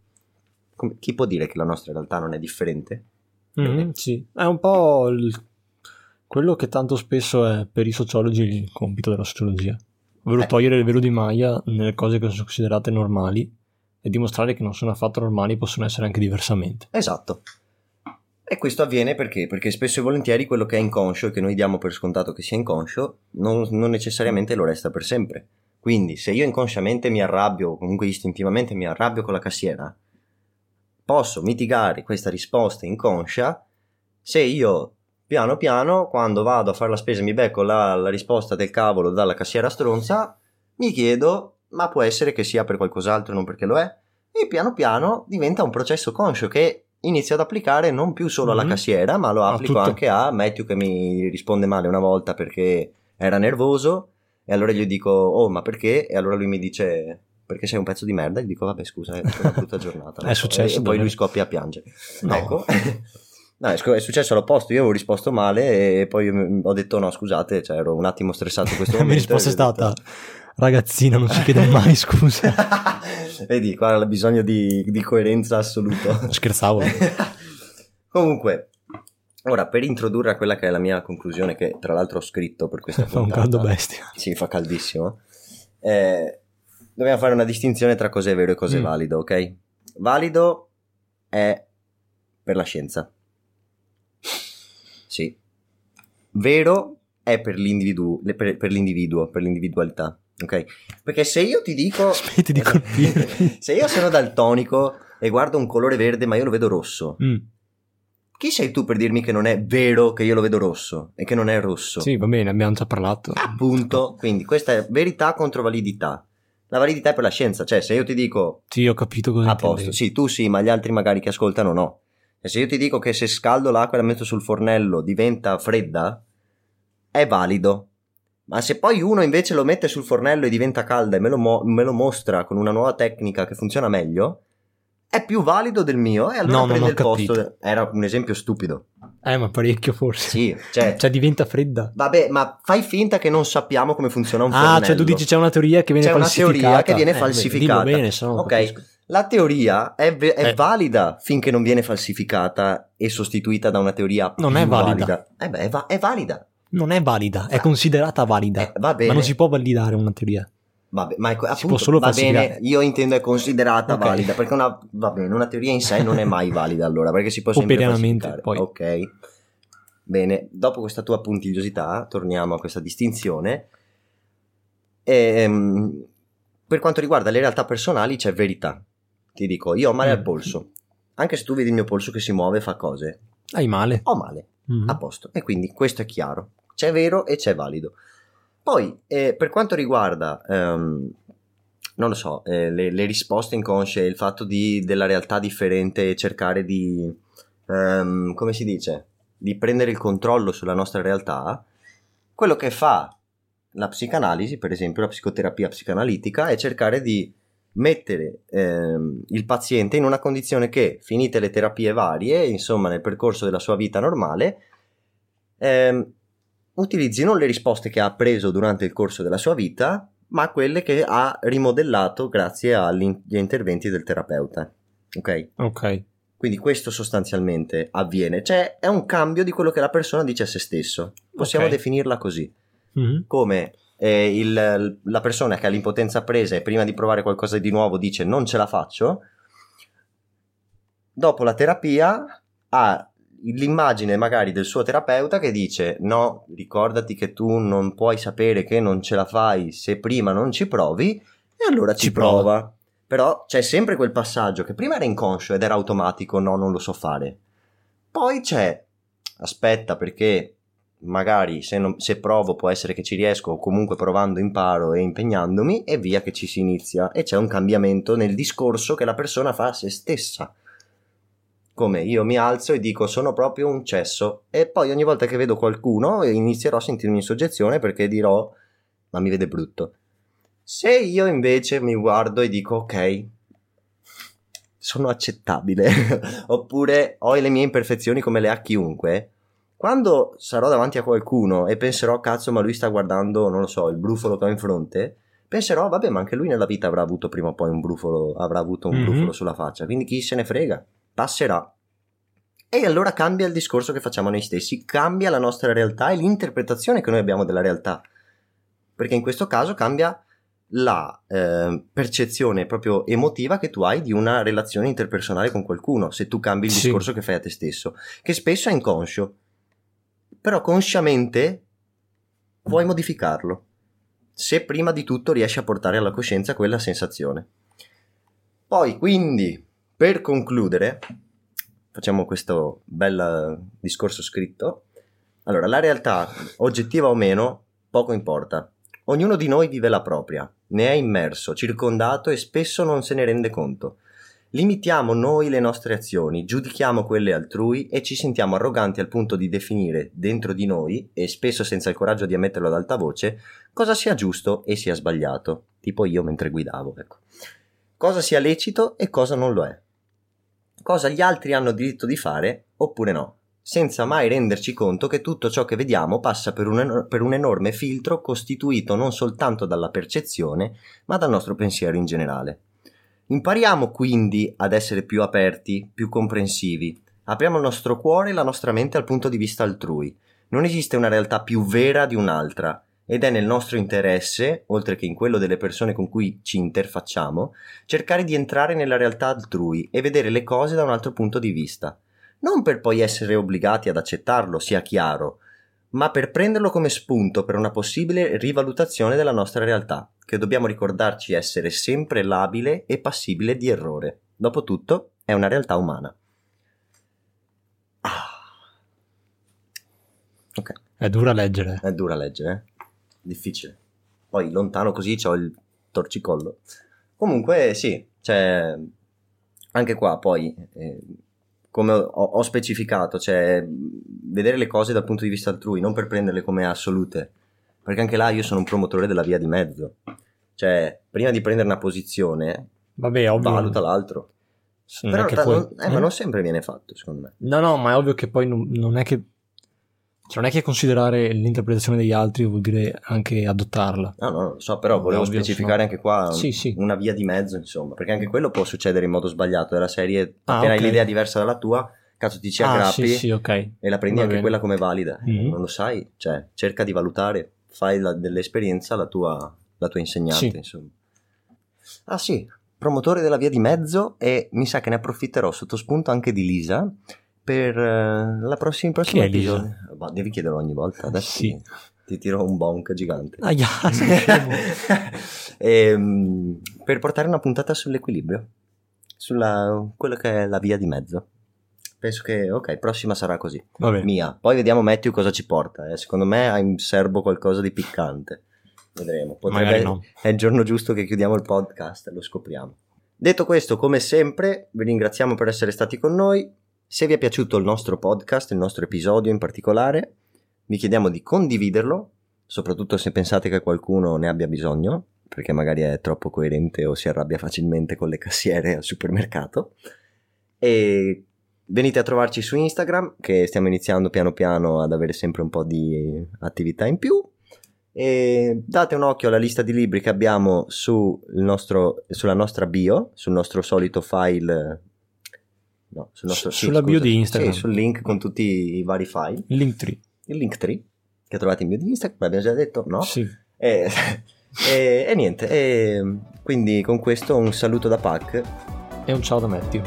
chi può dire che la nostra realtà non è differente? Mm-hmm, sì, è un po' il, quello che tanto spesso è per i sociologi il compito della sociologia, ovvero eh. togliere il velo di Maya nelle cose che sono considerate normali e dimostrare che non sono affatto normali, possono essere anche diversamente. Esatto. E questo avviene perché? Perché spesso e volentieri quello che è inconscio e che noi diamo per scontato che sia inconscio non, non necessariamente lo resta per sempre. Quindi se io inconsciamente mi arrabbio o comunque istintivamente mi arrabbio con la cassiera, posso mitigare questa risposta inconscia se io piano piano, quando vado a fare la spesa e mi becco la, la risposta del cavolo dalla cassiera stronza, mi chiedo, ma può essere che sia per qualcos'altro, non perché lo è, e piano piano diventa un processo conscio che inizio ad applicare non più solo alla Mm-hmm. cassiera, ma lo A applico tutto. anche a Matthew che mi risponde male una volta perché era nervoso, e allora gli dico, oh ma perché? E allora lui mi dice, perché sei un pezzo di merda, e gli dico vabbè scusa, è una brutta giornata. non È so. successo E poi davvero? lui scoppia a piangere. No. Ecco. No, è sc- è successo l'opposto, io avevo risposto male e poi mm, ho detto no scusate, cioè ero un attimo stressato in questo La mia momento. risposta è e ho detto- stata: ragazzina, non ci chiede mai scusa. Vedi, qua ha bisogno di, di coerenza assoluto. Scherzavo. Comunque, ora per introdurre a quella che è la mia conclusione, che tra l'altro ho scritto per questa Fa un puntata. caldo bestia. Sì, fa caldissimo. Eh, dobbiamo fare una distinzione tra cos'è vero e cos'è Mm. valido, ok? Valido è per la scienza. Sì. Vero è per l'individuo, per, per l'individuo, per l'individualità, ok? Perché se io ti dico... Smetti di colpirmi. Se io sono daltonico e guardo un colore verde ma io lo vedo rosso, Mm. chi sei tu per dirmi che non è vero che io lo vedo rosso e che non è rosso? Sì, va bene, abbiamo già parlato. Appunto, quindi questa è verità contro validità. La validità è per la scienza, cioè se io ti dico Sì, ho capito cosa a intendi. posto, sì, tu sì, ma gli altri magari che ascoltano no. E se io ti dico che se scaldo l'acqua e la metto sul fornello diventa fredda, è valido. Ma se poi uno invece lo mette sul fornello e diventa calda e me lo, mo- me lo mostra con una nuova tecnica che funziona meglio, è più valido del mio e allora No, non prende ho il posto. capito. de- Era un esempio stupido. Eh, ma parecchio forse. Sì, cioè, Cioè diventa fredda. vabbè, ma fai finta che non sappiamo come funziona un fornello. Ah, cioè tu dici c'è una teoria che viene C'è una falsificata. teoria che viene Eh, falsificata. dillo bene, se no non ok, capisco. la teoria è, ve- è Eh. valida finché non viene falsificata e sostituita da una teoria Non più è valida. Eh beh, è, va- è valida. Non è valida, è considerata valida. Eh, va bene. Ma non si può validare una teoria. Vabbè, ma è, que- Si appunto, può solo va falsificare. bene, io intendo è considerata Ok. valida, perché una, va bene, una teoria in sé non è mai valida allora, perché si può sempre Operiamente, falsificare. poi. Ok. Bene, dopo questa tua puntigliosità, torniamo a questa distinzione. Ehm, per quanto riguarda le realtà personali c'è verità. Ti dico, io ho male Mm. al polso. Anche se tu vedi il mio polso che si muove e fa cose, Hai male. ho male. Mhm. A posto. E quindi questo è chiaro. C'è vero e c'è valido. Poi, eh, per quanto riguarda, ehm, non lo so, eh, le, le risposte inconsce, il fatto di, della realtà differente e cercare di, ehm, come si dice, di prendere il controllo sulla nostra realtà, quello che fa la psicanalisi, per esempio la psicoterapia psicanalitica, è cercare di mettere ehm, il paziente in una condizione che, finite le terapie varie, insomma nel percorso della sua vita normale, ehm, utilizzi non le risposte che ha appreso durante il corso della sua vita, ma quelle che ha rimodellato grazie agli agli interventi del terapeuta. Ok? Ok. Quindi questo sostanzialmente avviene, cioè è un cambio di quello che la persona dice a se stesso. Possiamo Ok. definirla così. Mhm. Come eh, il- la persona che ha l'impotenza presa e prima di provare qualcosa di nuovo dice non ce la faccio, dopo la terapia ha l'immagine magari del suo terapeuta che dice no, ricordati che tu non puoi sapere che non ce la fai se prima non ci provi, e allora ci, Ci prova. prova. Però c'è sempre quel passaggio che prima era inconscio ed era automatico, no, non lo so fare. Poi c'è, aspetta, perché magari se, non- se provo può essere che ci riesco, o comunque provando imparo e impegnandomi, e via che ci si inizia. E c'è un cambiamento nel discorso che la persona fa a se stessa. Come io mi alzo e dico sono proprio un cesso, e poi ogni volta che vedo qualcuno inizierò a sentirmi in soggezione perché dirò ma mi vede brutto. Se io invece mi guardo e dico ok, sono accettabile, oppure ho le mie imperfezioni come le ha chiunque, quando sarò davanti a qualcuno e penserò cazzo ma lui sta guardando, non lo so, il brufolo che ho in fronte, penserò vabbè ma anche lui nella vita avrà avuto prima o poi un brufolo, avrà avuto un Mhm. brufolo sulla faccia, quindi chi se ne frega, passerà. E allora cambia il discorso che facciamo noi stessi, cambia la nostra realtà e l'interpretazione che noi abbiamo della realtà, perché in questo caso cambia la eh, percezione proprio emotiva che tu hai di una relazione interpersonale con qualcuno, se tu cambi il Sì. discorso che fai a te stesso, che spesso è inconscio, però consciamente puoi modificarlo, se prima di tutto riesci a portare alla coscienza quella sensazione. Poi quindi, per concludere, facciamo questo bel discorso scritto. Allora, la realtà, oggettiva o meno, poco importa. Ognuno di noi vive la propria, ne è immerso, circondato e spesso non se ne rende conto. Limitiamo noi le nostre azioni, giudichiamo quelle altrui e ci sentiamo arroganti al punto di definire dentro di noi, e spesso senza il coraggio di ammetterlo ad alta voce, cosa sia giusto e sia sbagliato. Tipo io mentre guidavo, ecco. Cosa sia lecito e cosa non lo è. Cosa gli altri hanno diritto di fare oppure no, senza mai renderci conto che tutto ciò che vediamo passa per un, per un enorme filtro costituito non soltanto dalla percezione, ma dal nostro pensiero in generale. Impariamo quindi ad essere più aperti, più comprensivi. Apriamo il nostro cuore e la nostra mente al punto di vista altrui. Non esiste una realtà più vera di un'altra, ed è nel nostro interesse, oltre che in quello delle persone con cui ci interfacciamo, cercare di entrare nella realtà altrui e vedere le cose da un altro punto di vista. Non per poi essere obbligati ad accettarlo, sia chiaro, ma per prenderlo come spunto per una possibile rivalutazione della nostra realtà, che dobbiamo ricordarci essere sempre labile e passibile di errore. Dopotutto, è una realtà umana. Ah. Ok. È dura leggere. È dura leggere, eh? Difficile. Poi lontano così c'ho il torcicollo. Comunque sì, cioè anche qua poi eh, come ho, ho specificato, cioè vedere le cose dal punto di vista altrui, non per prenderle come assolute, perché anche là io sono un promotore della via di mezzo. Cioè, prima di prendere una posizione, vabbè, ovvio, valuta l'altro. Sì, però che non, poi... eh, ma non sempre viene fatto, secondo me. No, no, ma è ovvio che poi non, non è che cioè non è che considerare l'interpretazione degli altri vuol dire anche adottarla. No, no, lo so, però volevo ovvio, specificare no. anche qua un, sì, sì. una via di mezzo, insomma, perché anche quello può succedere in modo sbagliato. Della serie, Ah, appena okay. hai l'idea diversa dalla tua, cazzo ti ci aggrappi ah, sì, sì, okay. e la prendi Va anche bene. quella come valida. Mm-hmm. Non lo sai, cioè cerca di valutare, fai la, dell'esperienza la tua, la tua insegnante, Sì. insomma. Ah sì, promotore della via di mezzo, e mi sa che ne approfitterò sotto spunto anche di Lisa per uh, la prossima, prossima Chi è Lisa? episodio. Ma devi chiederlo ogni volta, adesso Sì. ti, ti tiro un bonk gigante. Ah, yeah, sei scemo. e, um, per portare una puntata sull'equilibrio, sulla quello che è la via di mezzo. Penso che ok, prossima sarà così. Vabbè. Mia. Poi vediamo Matthew cosa ci porta, eh. Secondo me ha in serbo qualcosa di piccante. Vedremo. Potrebbe... Magari no. È il giorno giusto che chiudiamo il podcast, lo scopriamo. Detto questo, come sempre, vi ringraziamo per essere stati con noi. Se vi è piaciuto il nostro podcast, il nostro episodio in particolare, vi chiediamo di condividerlo, soprattutto se pensate che qualcuno ne abbia bisogno, perché magari è troppo coerente o si arrabbia facilmente con le cassiere al supermercato. E venite a trovarci su Instagram, che stiamo iniziando piano piano ad avere sempre un po' di attività in più. E date un occhio alla lista di libri che abbiamo sul nostro, sulla nostra bio, sul nostro solito file, no, sul nostro, S- sì, sulla scusa, bio di Instagram, sì, sul link con tutti i vari file, il Linktree, il Linktree che trovate in bio di Instagram, l'abbiamo già detto, no? Sì. E, e, e niente, e quindi con questo un saluto da Pac e un ciao da Matthew.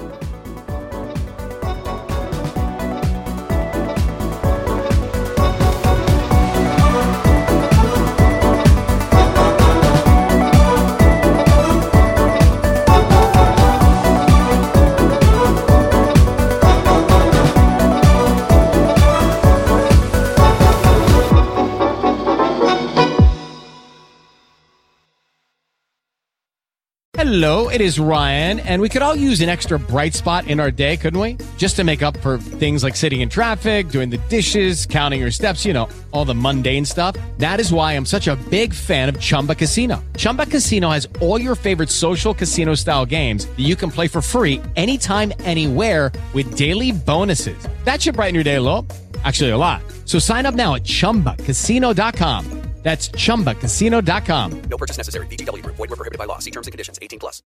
Hello, it is Ryan, and we could all use an extra bright spot in our day, couldn't we? Just to make up for things like sitting in traffic, doing the dishes, counting your steps, you know, all the mundane stuff. That is why I'm such a big fan of Chumba Casino. Chumba Casino has all your favorite social casino-style games that you can play for free anytime, anywhere with daily bonuses. That should brighten your day a little. Actually, a lot. So sign up now at chumba casino dot com. That's chumba casino dot com. No purchase necessary. V G W Group. Void where prohibited by law. See terms and conditions. eighteen plus.